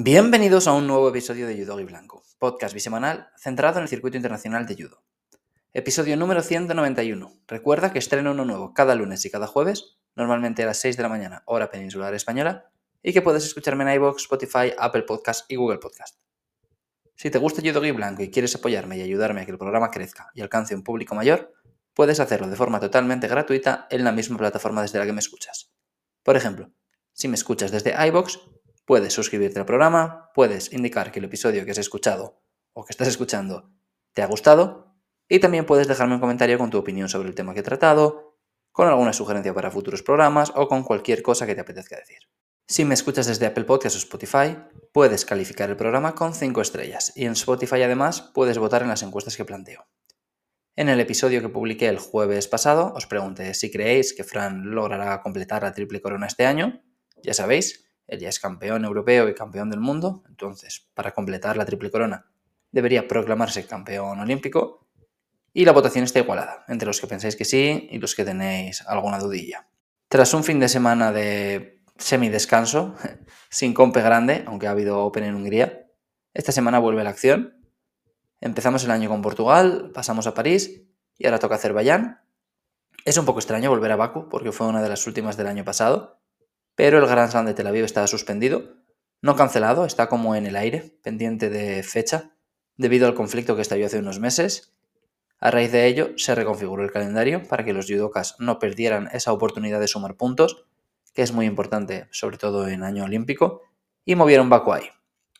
Bienvenidos a un nuevo episodio de Judo y Blanco, podcast bisemanal centrado en el circuito internacional de judo. Episodio número 191. Recuerda que estreno uno nuevo cada lunes y cada jueves, normalmente a las 6 de la mañana, hora peninsular española, y que puedes escucharme en iVoox, Spotify, Apple Podcast y Google Podcast. Si te gusta Judo y Blanco y quieres apoyarme y ayudarme a que el programa crezca y alcance un público mayor, puedes hacerlo de forma totalmente gratuita en la misma plataforma desde la que me escuchas. Por ejemplo, si me escuchas desde iVoox, puedes suscribirte al programa, puedes indicar que el episodio que has escuchado o que estás escuchando te ha gustado y también puedes dejarme un comentario con tu opinión sobre el tema que he tratado, con alguna sugerencia para futuros programas o con cualquier cosa que te apetezca decir. Si me escuchas desde Apple Podcasts o Spotify, puedes calificar el programa con 5 estrellas y en Spotify además puedes votar en las encuestas que planteo. En el episodio que publiqué el jueves pasado os pregunté si creéis que Fran logrará completar la triple corona este año. Ya sabéis, él ya es campeón europeo y campeón del mundo, entonces para completar la triple corona debería proclamarse campeón olímpico y la votación está igualada entre los que pensáis que sí y los que tenéis alguna dudilla. Tras un fin de semana de semidescanso, sin compe grande, aunque ha habido Open en Hungría, esta semana vuelve la acción. Empezamos el año con Portugal, pasamos a París y ahora toca Azerbaiyán. Es un poco extraño volver a Bakú porque fue una de las últimas del año pasado, pero el Grand Slam de Tel Aviv está suspendido, no cancelado, está como en el aire, pendiente de fecha, debido al conflicto que estalló hace unos meses. A raíz de ello, se reconfiguró el calendario para que los judokas no perdieran esa oportunidad de sumar puntos, que es muy importante, sobre todo en año olímpico, y movieron Bakú ahí.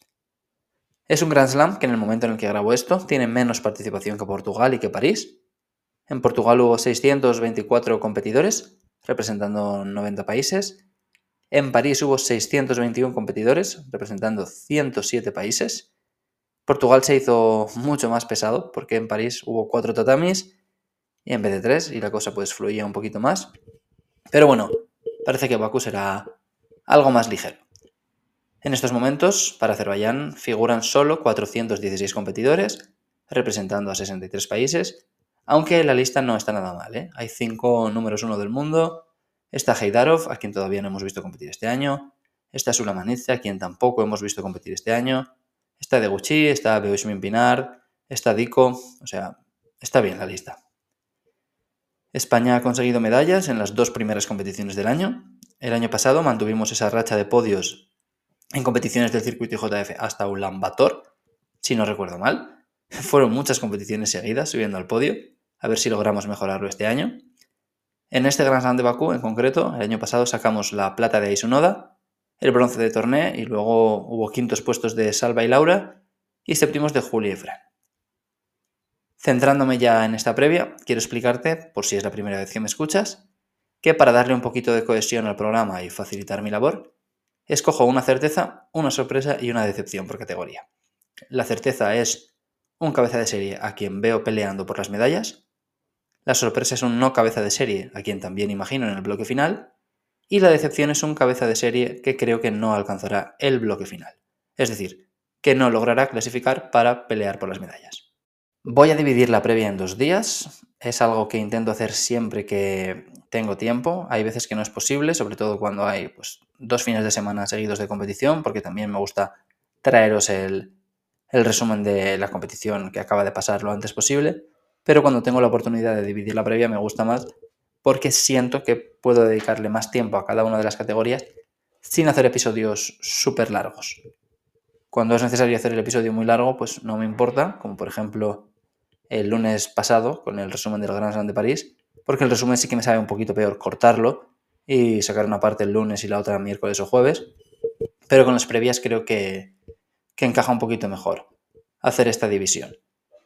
Es un Grand Slam que en el momento en el que grabo esto tiene menos participación que Portugal y que París. En Portugal hubo 624 competidores, representando 90 países. En París hubo 621 competidores, representando 107 países. Portugal se hizo mucho más pesado porque en París hubo 4 tatamis y en vez de 3 y la cosa pues fluía un poquito más. Pero bueno, parece que Bakú será algo más ligero. En estos momentos, para Azerbaiyán figuran solo 416 competidores, representando a 63 países, aunque la lista no está nada mal, ¿eh? Hay 5 números 1 del mundo. Está Heidarov, a quien todavía no hemos visto competir este año. Está Sulamanidze, a quien tampoco hemos visto competir este año. Está Deguchi, está Beusmin Pinard, está Diko, o sea, está bien la lista. España ha conseguido medallas en las 2 primeras competiciones del año. El año pasado mantuvimos esa racha de podios en competiciones del circuito IJF hasta Ulan Bator, si no recuerdo mal. Fueron muchas competiciones seguidas subiendo al podio, a ver si logramos mejorarlo este año. En este Grand Slam de Bakú, en concreto, el año pasado sacamos la plata de Aisun Oda, el bronce de Torné y luego hubo quintos puestos de Salva y Laura y séptimos de Julia y Fran. Centrándome ya en esta previa, quiero explicarte, por si es la primera vez que me escuchas, que para darle un poquito de cohesión al programa y facilitar mi labor, escojo una certeza, una sorpresa y una decepción por categoría. La certeza es un cabeza de serie a quien veo peleando por las medallas. La sorpresa es un no cabeza de serie a quien también imagino en el bloque final. Y la decepción es un cabeza de serie que creo que no alcanzará el bloque final. Es decir, que no logrará clasificar para pelear por las medallas. Voy a dividir la previa en 2 días. Es algo que intento hacer siempre que tengo tiempo. Hay veces que no es posible, sobre todo cuando hay 2 fines de semana seguidos de competición, porque también me gusta traeros el resumen de la competición que acaba de pasar lo antes posible. Pero cuando tengo la oportunidad de dividir la previa me gusta más porque siento que puedo dedicarle más tiempo a cada una de las categorías sin hacer episodios súper largos. Cuando es necesario hacer el episodio muy largo, pues no me importa, como por ejemplo el lunes pasado con el resumen del Grand Slam de París, porque el resumen sí que me sabe un poquito peor cortarlo y sacar una parte el lunes y la otra miércoles o jueves, pero con las previas creo que encaja un poquito mejor hacer esta división.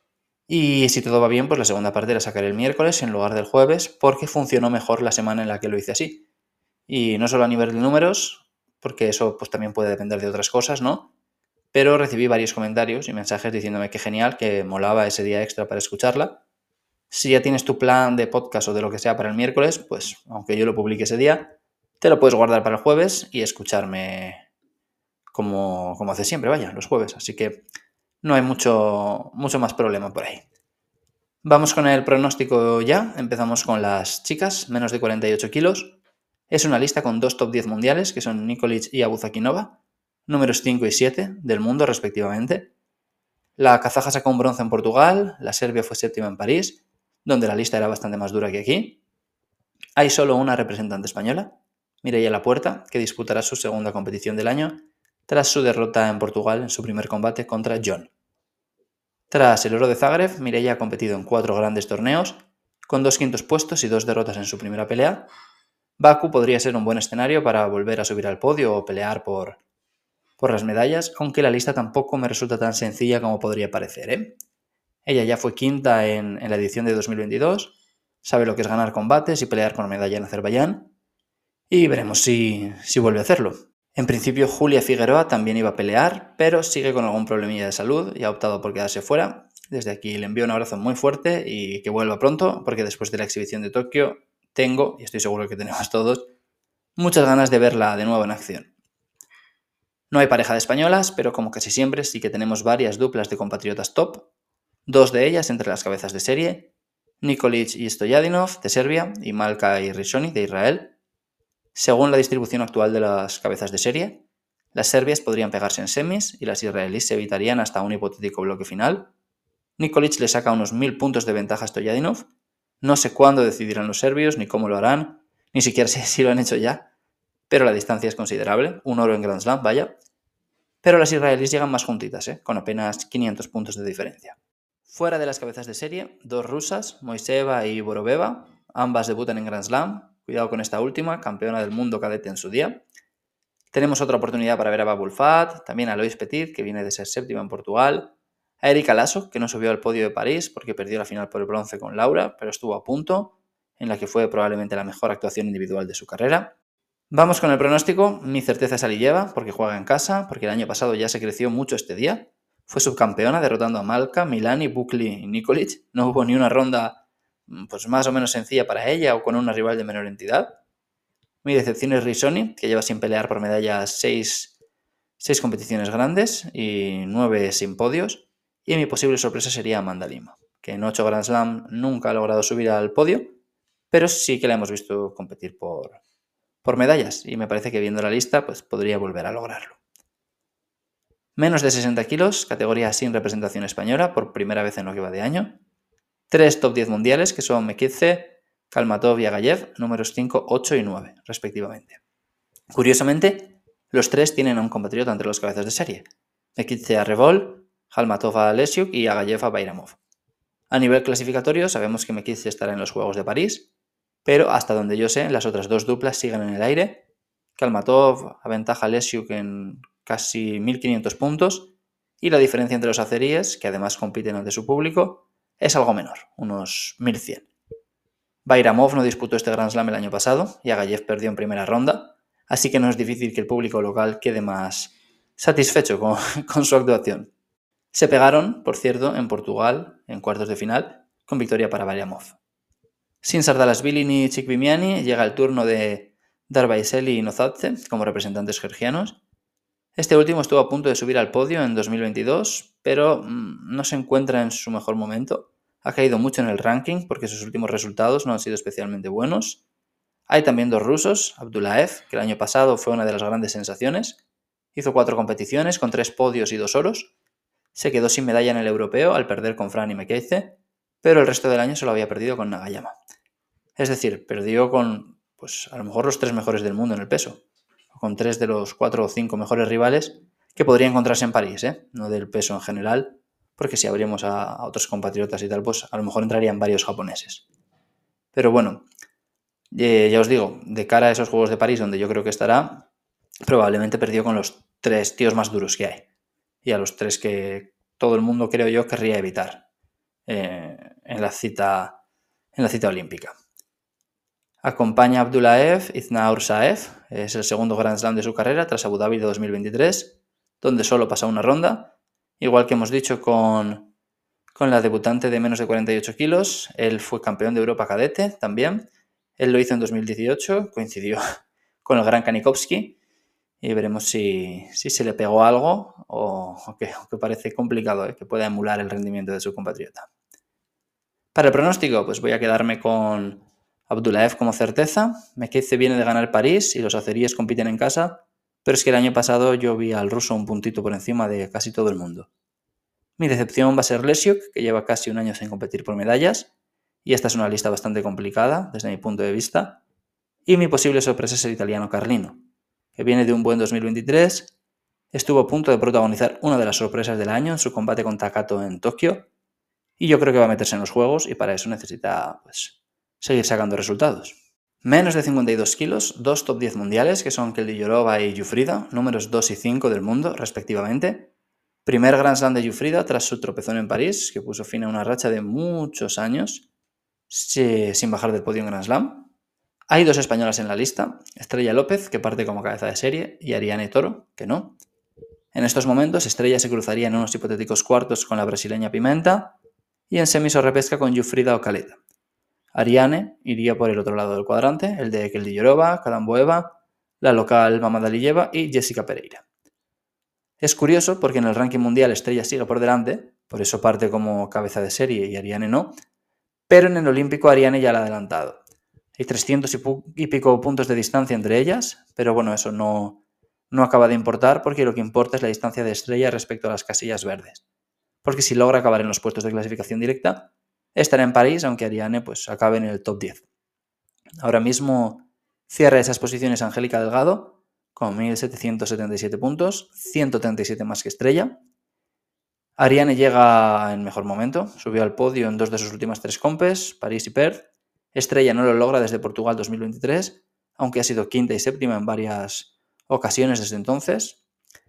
Y si todo va bien, pues la segunda parte la sacaré el miércoles en lugar del jueves, porque funcionó mejor la semana en la que lo hice así. Y no solo a nivel de números, porque eso pues también puede depender de otras cosas, ¿no? Pero recibí varios comentarios y mensajes diciéndome que genial, que molaba ese día extra para escucharla. Si ya tienes tu plan de podcast o de lo que sea para el miércoles, pues aunque yo lo publique ese día, te lo puedes guardar para el jueves y escucharme como hace siempre, vaya, los jueves. Así que no hay mucho más problema por ahí. Vamos con el pronóstico ya. Empezamos con las chicas, menos de 48 kilos. Es una lista con 2 top 10 mundiales, que son Nikolic y Abuzakinova. números 5 y 7 del mundo respectivamente. La kazaja sacó un bronce en Portugal, la Serbia fue séptima en París, donde la lista era bastante más dura que aquí. Hay solo una representante española, Mireia Lapuerta, que disputará su segunda competición del año tras su derrota en Portugal en su primer combate contra John. Tras el oro de Zagreb, Mireia ha competido en 4 grandes torneos, con 2 quintos puestos y 2 derrotas en su primera pelea. Bakú podría ser un buen escenario para volver a subir al podio o pelear por las medallas, aunque la lista tampoco me resulta tan sencilla como podría parecer, ¿eh? Ella ya fue quinta en la edición de 2022, sabe lo que es ganar combates y pelear por medalla en Azerbaiyán, y veremos si vuelve a hacerlo. En principio, Julia Figueroa también iba a pelear, pero sigue con algún problemilla de salud y ha optado por quedarse fuera. Desde aquí le envío un abrazo muy fuerte y que vuelva pronto, porque después de la exhibición de Tokio tengo, y estoy seguro que tenemos todos, muchas ganas de verla de nuevo en acción. No hay pareja de españolas, pero como casi siempre sí que tenemos varias duplas de compatriotas top, 2 de ellas entre las cabezas de serie, Nikolic y Stojadinov de Serbia y Malka y Rishoni de Israel. Según la distribución actual de las cabezas de serie, las serbias podrían pegarse en semis y las israelíes se evitarían hasta un hipotético bloque final. Nikolic le saca unos 1000 puntos de ventaja a Stojadinov. No sé cuándo decidirán los serbios, ni cómo lo harán, ni siquiera sé si lo han hecho ya, pero la distancia es considerable, un oro en Grand Slam, vaya. Pero las israelíes llegan más juntitas, con apenas 500 puntos de diferencia. Fuera de las cabezas de serie, 2 rusas, Moiseva y Boroveva, ambas debutan en Grand Slam. Cuidado con esta última, campeona del mundo cadete en su día. Tenemos otra oportunidad para ver a Babul Fat, también a Lois Petit, que viene de ser séptima en Portugal, a Erika Lasso, que no subió al podio de París porque perdió la final por el bronce con Laura, pero estuvo a punto, en la que fue probablemente la mejor actuación individual de su carrera. Vamos con el pronóstico. Mi certeza es Aliyeva, porque juega en casa, porque el año pasado ya se creció mucho este día. Fue subcampeona derrotando a Malka, Milani, Bukli y Nikolic. No hubo ni una ronda pues más o menos sencilla para ella o con una rival de menor entidad. Mi decepción es Rishoni, que lleva sin pelear por medallas 6 competiciones grandes y 9 sin podios. Y mi posible sorpresa sería Amanda Lima, que en 8 Grand Slam nunca ha logrado subir al podio, pero sí que la hemos visto competir por medallas, y me parece que viendo la lista pues podría volver a lograrlo. Menos de 60 kilos, categoría sin representación española por primera vez en lo que va de año. 3 top 10 mundiales que son Mekidze, Kalmatov y Agayev, números 5, 8 y 9 respectivamente. Curiosamente, los 3 tienen a un compatriota entre los cabezas de serie. Mekidze a Revol, Kalmatov a Lesiuk y Agayev a Bayramov. A nivel clasificatorio sabemos que Mekidze estará en los Juegos de París, pero hasta donde yo sé, las otras 2 duplas siguen en el aire. Kalmatov aventaja a Lesiuk en casi 1500 puntos y la diferencia entre los azeríes, que además compiten ante su público, es algo menor, unos 1100. Bayramov no disputó este Grand Slam el año pasado y Agayev perdió en primera ronda, así que no es difícil que el público local quede más satisfecho con su actuación. Se pegaron, por cierto, en Portugal, en cuartos de final, con victoria para Bayramov. Sin Sardalasvili ni Chikvimiani, llega el turno de Darvaiseli y Nozadze como representantes georgianos. Este último estuvo a punto de subir al podio en 2022, pero no se encuentra en su mejor momento. Ha caído mucho en el ranking porque sus últimos resultados no han sido especialmente buenos. Hay también 2 rusos, Abdullaev, que el año pasado fue una de las grandes sensaciones. Hizo 4 competiciones con 3 podios y 2 oros. Se quedó sin medalla en el europeo al perder con Fran y Mekidze, pero el resto del año se lo había perdido con Nagayama. Es decir, perdió con, pues a lo mejor los 3 mejores del mundo en el peso, con 3 de los 4 o 5 mejores rivales que podría encontrarse en París, no del peso en general, porque si abrimos a otros compatriotas y tal, pues a lo mejor entrarían varios japoneses. Pero bueno, ya os digo, de cara a esos Juegos de París, donde yo creo que estará, probablemente perdió con los 3 tíos más duros que hay, y a los 3 que todo el mundo, creo yo, querría evitar en la cita olímpica. Acompaña a Abdullaev Iznaur Saev, es el segundo Grand Slam de su carrera tras Abu Dhabi de 2023, donde solo pasa una ronda. Igual que hemos dicho con la debutante de menos de 48 kilos, él fue campeón de Europa cadete también. Él lo hizo en 2018, coincidió con el gran Kanikovsky, y veremos si se le pegó algo o que parece complicado que pueda emular el rendimiento de su compatriota. Para el pronóstico, pues voy a quedarme con Abdullaev como certeza. Mekidze viene de ganar París y los azeríes compiten en casa, pero es que el año pasado yo vi al ruso un puntito por encima de casi todo el mundo. Mi decepción va a ser Lesiuk, que lleva casi un año sin competir por medallas, y esta es una lista bastante complicada desde mi punto de vista. Y mi posible sorpresa es el italiano Carlino, que viene de un buen 2023, estuvo a punto de protagonizar una de las sorpresas del año en su combate con Takato en Tokio, y yo creo que va a meterse en los juegos y para eso necesita seguir sacando resultados. Menos de 52 kilos, 2 top 10 mundiales, que son Keldyjorova y Giuffrida, números 2 y 5 del mundo, respectivamente. Primer Grand Slam de Giuffrida tras su tropezón en París, que puso fin a una racha de muchos años sin bajar del podio en Grand Slam. Hay 2 españolas en la lista, Estrella López, que parte como cabeza de serie, y Ariane Toro, que no. En estos momentos, Estrella se cruzaría en unos hipotéticos cuartos con la brasileña Pimenta y en semis o repesca con Giuffrida o Caleta. Ariane iría por el otro lado del cuadrante, el de Keldyjorova, Kadamboeva, la local Mamadaliyeva y Jessica Pereira. Es curioso porque en el ranking mundial Estrella sigue por delante, por eso parte como cabeza de serie y Ariane no, pero en el olímpico Ariane ya la ha adelantado. Hay 300 y pico puntos de distancia entre ellas, pero bueno, eso no acaba de importar porque lo que importa es la distancia de Estrella respecto a las casillas verdes. Porque si logra acabar en los puestos de clasificación directa, estará en París, aunque Ariane acabe en el top 10. Ahora mismo cierra esas posiciones Angélica Delgado con 1.777 puntos, 137 más que Estrella. Ariane llega en mejor momento, subió al podio en 2 de sus últimas 3 compes, París y Perth. Estrella no lo logra desde Portugal 2023, aunque ha sido quinta y séptima en varias ocasiones desde entonces.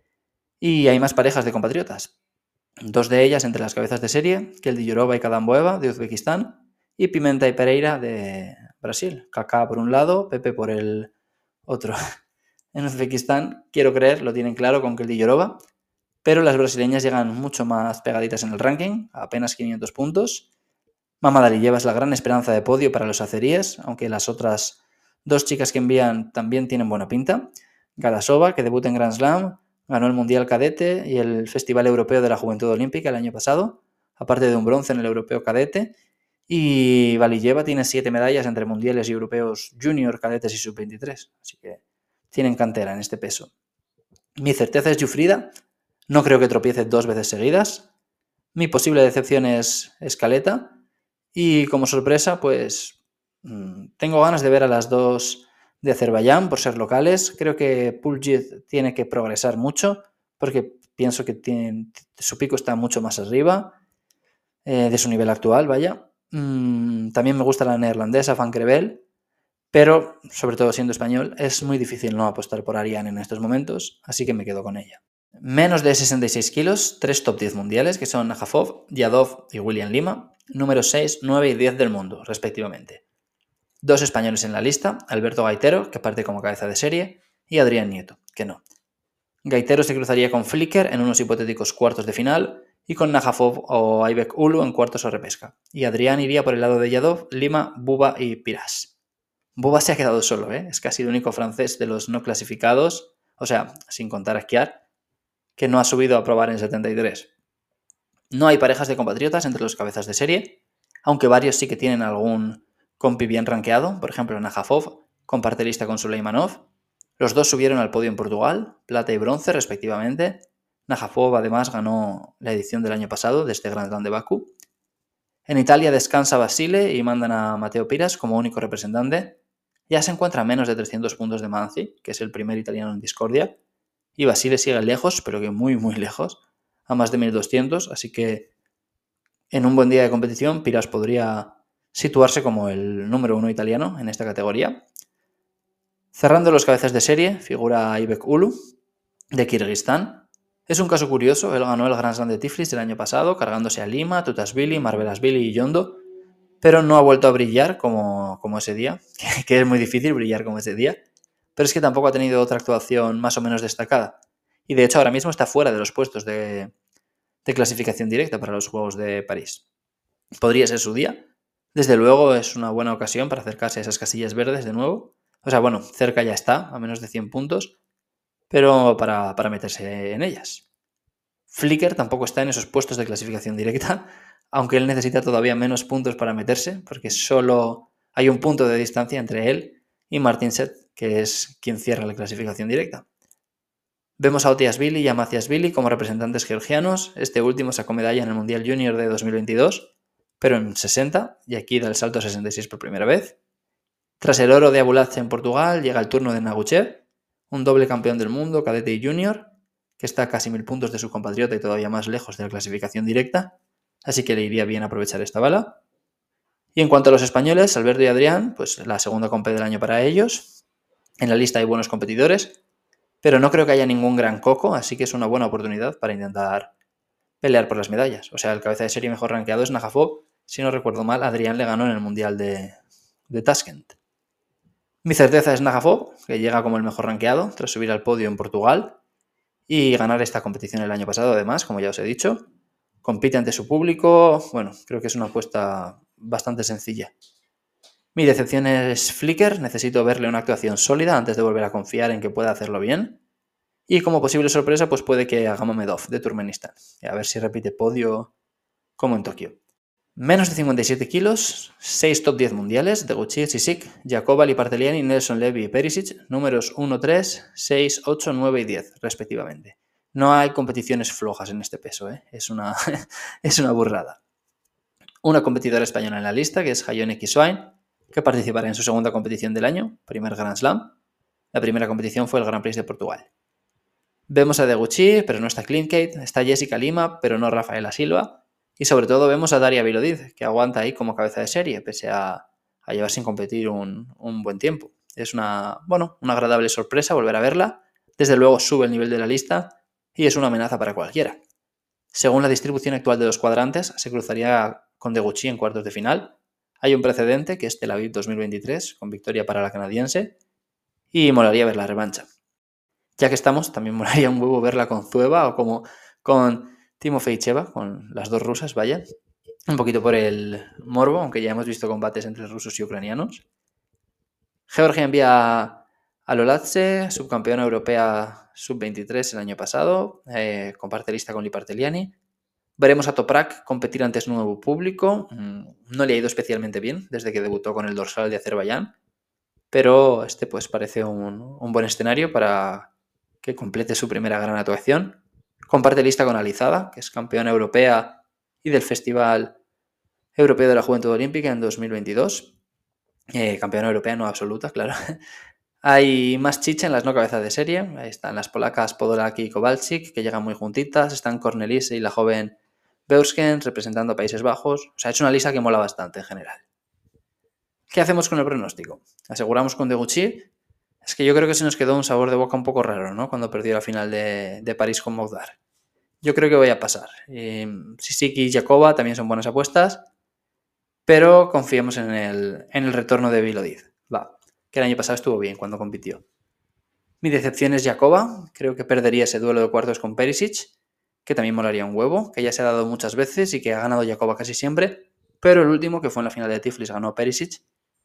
Y hay más parejas de compatriotas. 2 de ellas entre las cabezas de serie, Keldyjorova y Kadamboeva de Uzbekistán, y Pimenta y Pereira de Brasil. Kaká por un lado, Pepe por el otro. En Uzbekistán, quiero creer, lo tienen claro con Keldyjorova, pero las brasileñas llegan mucho más pegaditas en el ranking, a apenas 500 puntos. Mamadaliyeva es la gran esperanza de podio para los azeríes, aunque las otras 2 chicas que envían también tienen buena pinta. Galasova, que debuta en Grand Slam, ganó el Mundial Cadete y el Festival Europeo de la Juventud Olímpica el año pasado, aparte de un bronce en el Europeo Cadete. Y Valiyeva tiene 7 medallas entre mundiales y europeos junior, cadetes y sub-23. Así que tienen cantera en este peso. Mi certeza es Giuffrida. No creo que tropiece 2 veces seguidas. Mi posible decepción es Caleta. Y como sorpresa, tengo ganas de ver a las 2 de Azerbaiyán por ser locales. Creo que Puljic tiene que progresar mucho porque pienso que su pico está mucho más arriba de su nivel actual, vaya. También me gusta la neerlandesa Van Crevel, pero sobre todo siendo español es muy difícil no apostar por Ariane en estos momentos, así que me quedo con ella. Menos de 66 kilos, 3 top 10 mundiales que son Najafov, Yadov y William Lima, números 6, 9 y 10 del mundo, respectivamente. 2 españoles en la lista, Alberto Gaitero, que parte como cabeza de serie, y Adrián Nieto, que no. Gaitero se cruzaría con Flicker en unos hipotéticos cuartos de final y con Najafov o Aybek Ulu en cuartos o repesca. Y Adrián iría por el lado de Yadov, Lima, Buba y Piras. Buba se ha quedado solo, es casi el único francés de los no clasificados, o sea, sin contar a Skiar, que no ha subido a probar en 73. No hay parejas de compatriotas entre los cabezas de serie, aunque varios sí que tienen algún compi bien rankeado, por ejemplo Najafov comparte lista con Suleimanov. Los 2 subieron al podio en Portugal, plata y bronce respectivamente. Najafov además ganó la edición del año pasado de este Grand Slam de Bakú. En Italia descansa Basile y mandan a Matteo Piras como único representante. Ya se encuentra a menos de 300 puntos de Manzi, que es el primer italiano en discordia, y Basile sigue lejos, pero que muy muy lejos, a más de 1200, así que en un buen día de competición Piras podría situarse como el número 1 italiano en esta categoría. Cerrando los cabezas de serie figura Aybek Ulu, de Kirguistán. Es un caso curioso, él ganó el Grand Slam de Tiflis del año pasado, cargándose a Lima, Tutasvili, Marvelasvili y Yondo, pero no ha vuelto a brillar como ese día, que es muy difícil brillar como ese día, pero es que tampoco ha tenido otra actuación más o menos destacada. Y de hecho ahora mismo está fuera de los puestos de clasificación directa para los Juegos de París. Podría ser su día. Desde luego es una buena ocasión para acercarse a esas casillas verdes de nuevo. O sea, bueno, cerca ya está, a menos de 100 puntos, pero para meterse en ellas. Flicker tampoco está en esos puestos de clasificación directa, aunque él necesita todavía menos puntos para meterse, porque solo hay un punto de distancia entre él y Martin Set, que es quien cierra la clasificación directa. Vemos a Otiashvili y a Maciashvili como representantes georgianos. Este último sacó medalla en el Mundial Junior de 2022, pero en 60, y aquí da el salto a 66 por primera vez. Tras el oro de Abulache en Portugal, llega el turno de Naguchev, un doble campeón del mundo, cadete y junior, que está a casi 1000 puntos de su compatriota y todavía más lejos de la clasificación directa, así que le iría bien aprovechar esta bala. Y en cuanto a los españoles, Alberto y Adrián, pues la segunda competición del año para ellos. En la lista hay buenos competidores, pero no creo que haya ningún gran coco, así que es una buena oportunidad para intentar pelear por las medallas. O sea, el cabeza de serie mejor rankeado es Najafov. Si no recuerdo mal, Adrián le ganó en el Mundial de Tashkent. Mi certeza es Najafov, que llega como el mejor rankeado tras subir al podio en Portugal y ganar esta competición el año pasado, además, como ya os he dicho. Compite ante su público. Bueno, creo que es una apuesta bastante sencilla. Mi decepción es Flicker. Necesito verle una actuación sólida antes de volver a confiar en que pueda hacerlo bien. Y como posible sorpresa, pues puede que haga Mamedov de Turkmenistán. A ver si repite podio como en Tokio. Menos de 57 kilos, 6 top 10 mundiales, Deguchi, Sisik, Jakova, Liparteliani, Nelson Levy y Perisic, números 1, 3, 6, 8, 9 y 10, respectivamente. No hay competiciones flojas en este peso, ¿eh? Es una burrada. Una competidora española en la lista, que es Hayone Kiswain, que participará en su segunda competición del año, primer Grand Slam. La primera competición fue el Grand Prix de Portugal. Vemos a Deguchi, pero no está Klinkate, está Jessica Lima, pero no Rafaela Silva, y sobre todo vemos a Daria Vilodiz, que aguanta ahí como cabeza de serie, pese a llevar sin competir un buen tiempo. Es una agradable sorpresa volver a verla. Desde luego sube el nivel de la lista y es una amenaza para cualquiera. Según la distribución actual de los cuadrantes, se cruzaría con Deguchi en cuartos de final. Hay un precedente, que es Tel Aviv 2023, con victoria para la canadiense, y molaría ver la revancha. Ya que estamos, también molaría un huevo verla con Zueva o como con Timofeicheva, con las dos rusas, vaya. Un poquito por el morbo, aunque ya hemos visto combates entre rusos y ucranianos. Georgia envía a Lolatse, subcampeona europea sub-23 el año pasado, comparte lista con Liparteliani. Veremos a Toprak competir ante su nuevo público. No le ha ido especialmente bien desde que debutó con el dorsal de Azerbaiyán, pero este pues parece un buen escenario para que complete su primera gran actuación. Comparte lista con Alizada, que es campeona europea y del Festival Europeo de la Juventud Olímpica en 2022. Campeona europea no absoluta, claro. Hay más chicha en las no cabezas de serie. Ahí están las polacas Podolaki y Kowalczyk, que llegan muy juntitas. Están Cornelisse y la joven Beuskens representando a Países Bajos. O sea, es una lista que mola bastante en general. ¿Qué hacemos con el pronóstico? ¿Aseguramos con Deguchi? Es que yo creo que se nos quedó un sabor de boca un poco raro, ¿no? Cuando perdió la final de París con Moudar. Yo creo que voy a pasar. Sisik y Jakova también son buenas apuestas, pero confiemos en el retorno de Vilodiz. Que el año pasado estuvo bien cuando compitió. Mi decepción es Jakova. Creo que perdería ese duelo de cuartos con Perisic, que también molaría un huevo, que ya se ha dado muchas veces y que ha ganado Jakova casi siempre, pero el último, que fue en la final de Tiflis, ganó Perisic.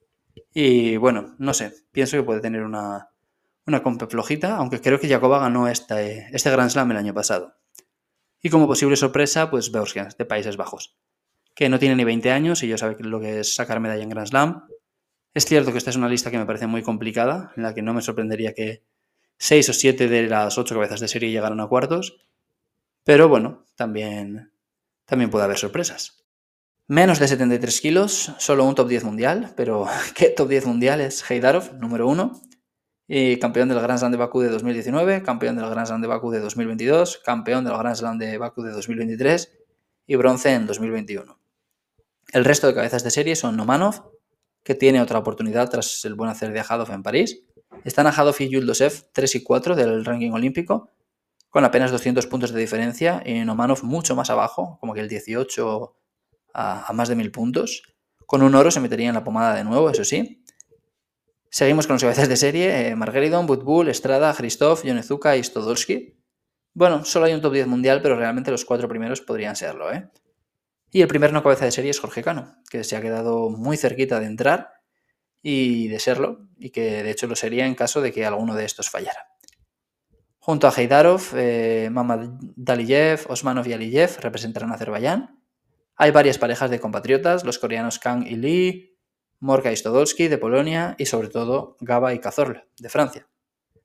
Y bueno, no sé, pienso que puede tener una comp flojita, aunque creo que Jakova ganó este Grand Slam el año pasado. Y como posible sorpresa, pues Beuskens, de Países Bajos, que no tiene ni 20 años y ya sabe lo que es sacar medalla en Grand Slam. Es cierto que esta es una lista que me parece muy complicada, en la que no me sorprendería que 6 o 7 de las 8 cabezas de serie llegaran a cuartos, pero bueno, también puede haber sorpresas. Menos de 73 kilos, solo un top 10 mundial, pero ¿qué top 10 mundial es? Heidarov, número 1, y campeón del Grand Slam de Bakú de 2019, campeón del Grand Slam de Bakú de 2022, campeón del Grand Slam de Bakú de 2023 y bronce en 2021. El resto de cabezas de serie son Nomanov, que tiene otra oportunidad tras el buen hacer de Ajadov en París. Están Ajadov y Yuldosev 3 y 4 del ranking olímpico, con apenas 200 puntos de diferencia, y Nomanov mucho más abajo, como que el 18 a más de 1000 puntos. Con un oro se metería en la pomada de nuevo, eso sí. Seguimos con los cabezas de serie, Margeridon, Butbull, Estrada, Christoph, Yonezuka y Stodolski. Bueno, solo hay un top 10 mundial, pero realmente los 4 primeros podrían serlo, ¿eh? Y el primer no cabeza de serie es Jorge Cano, que se ha quedado muy cerquita de entrar y de serlo, y que de hecho lo sería en caso de que alguno de estos fallara. Junto a Heidarov, Mamadaliyev, Osmanov y Aliyev representarán a Azerbaiyán. Hay varias parejas de compatriotas, los coreanos Kang y Lee, Morka y Stodolski de Polonia y sobre todo Gaba y Cazorla de Francia.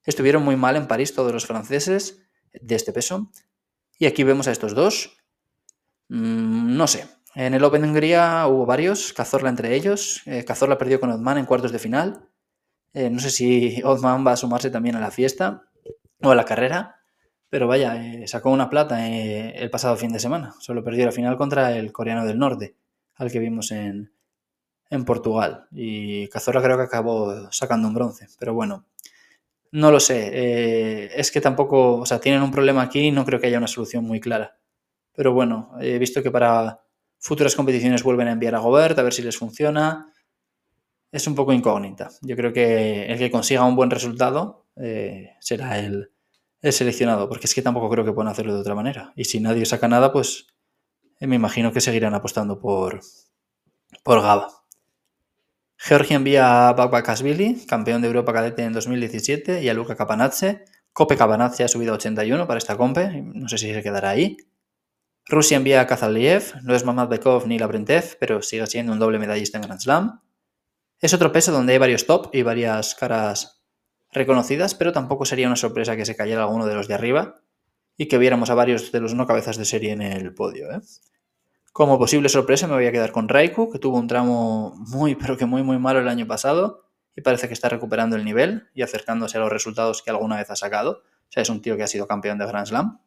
Estuvieron muy mal en París todos los franceses de este peso. Y aquí vemos a estos dos. No sé. En el Open de Hungría hubo varios, Cazorla entre ellos. Cazorla perdió con Othman en cuartos de final. No sé si Othman va a sumarse también a la fiesta o a la carrera. Pero vaya, sacó una plata el pasado fin de semana. Solo perdió la final contra el coreano del norte, al que vimos en Portugal. Y Cazorla creo que acabó sacando un bronce. Pero bueno, no lo sé. Es que tampoco, o sea, tienen un problema aquí y no creo que haya una solución muy clara. Pero bueno, he visto que para futuras competiciones vuelven a enviar a Gobert a ver si les funciona. Es un poco incógnita. Yo creo que el que consiga un buen resultado será el seleccionado, porque es que tampoco creo que puedan hacerlo de otra manera. Y si nadie saca nada, pues me imagino que seguirán apostando por Gaba. Georgia envía a Bagbakashvili, campeón de Europa cadete en 2017, y a Luka Kapanadze. Kope Kapanadze ha subido a 81 para esta compe, no sé si se quedará ahí. Rusia envía a Kazaliev, no es Mamadbekov ni Labrintev, pero sigue siendo un doble medallista en Grand Slam. Es otro peso donde hay varios top y varias caras reconocidas, pero tampoco sería una sorpresa que se cayera alguno de los de arriba y que viéramos a varios de los no cabezas de serie en el podio. Como posible sorpresa me voy a quedar con Raiku, que tuvo un tramo muy, pero que muy, muy malo el año pasado y parece que está recuperando el nivel y acercándose a los resultados que alguna vez ha sacado. O sea, es un tío que ha sido campeón de Grand Slam.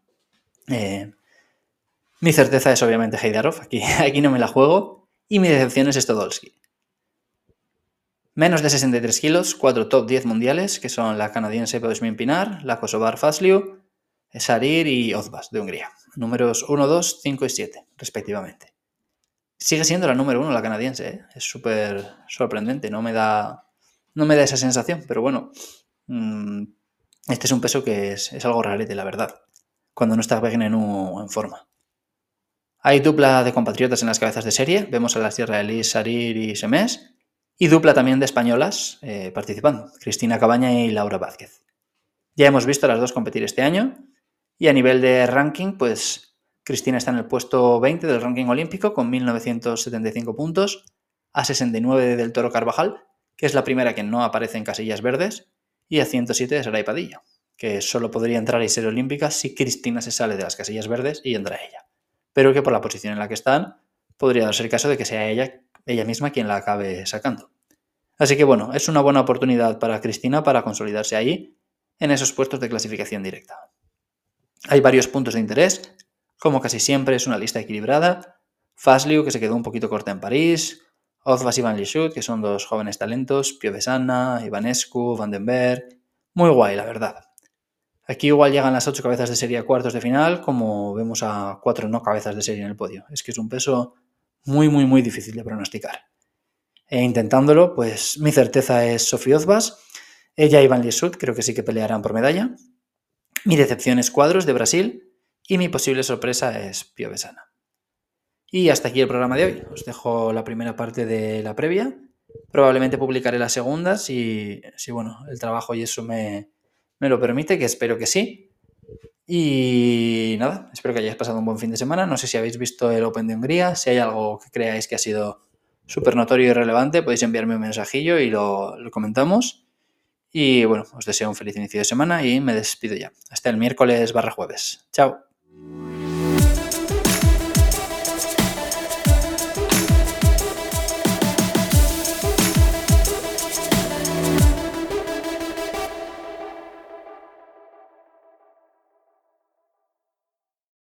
Mi certeza es obviamente Heidarov, aquí no me la juego, y mi decepción es Stodolski. Menos de 63 kilos, 4 top 10 mundiales, que son la canadiense Podesmin Pinar, la kosovar Fasliu, Sarir y Ozbas, de Hungría. Números 1, 2, 5 y 7, respectivamente. Sigue siendo la número 1 la canadiense, ¿eh? Es súper sorprendente, no me da esa sensación, pero bueno, este es un peso que es algo rarete, la verdad, cuando no está Begnenu en forma. Hay dupla de compatriotas en las cabezas de serie, vemos a las israelíes Sarir y Semes, y dupla también de españolas participando, Cristina Cabaña y Laura Vázquez. Ya hemos visto a las dos competir este año, y a nivel de ranking, pues Cristina está en el puesto 20 del ranking olímpico con 1.975 puntos, a 69 del Toro Carvajal, que es la primera que no aparece en casillas verdes, y a 107 de Saray Padilla, que solo podría entrar y ser olímpica si Cristina se sale de las casillas verdes y entra ella, pero que por la posición en la que están podría darse el caso de que sea ella misma quien la acabe sacando. Así que bueno, es una buena oportunidad para Cristina para consolidarse ahí en esos puestos de clasificación directa. Hay varios puntos de interés, como casi siempre es una lista equilibrada. Fasliu, que se quedó un poquito corta en París, Ozbas y Van Lieshout, que son dos jóvenes talentos, Piovesana, Ivanescu, Vandenberg. Muy guay, la verdad. Aquí igual llegan las 8 cabezas de serie a cuartos de final, como vemos a 4 no cabezas de serie en el podio. Es que es un peso muy, muy, muy difícil de pronosticar. Intentándolo, pues mi certeza es Sofía Ozbas. Ella y Van Lieshout creo que sí que pelearán por medalla. Mi decepción es Cuadros de Brasil y mi posible sorpresa es Piovesana. Y hasta aquí el programa de hoy. Os dejo la primera parte de la previa. Probablemente publicaré la segunda si bueno, el trabajo y eso me lo permite, que espero que sí. Y nada, espero que hayáis pasado un buen fin de semana. No sé si habéis visto el Open de Hungría. Si hay algo que creáis que ha sido súper notorio y relevante, podéis enviarme un mensajillo y lo comentamos. Y bueno, os deseo un feliz inicio de semana y me despido ya. Hasta el miércoles/jueves. Chao.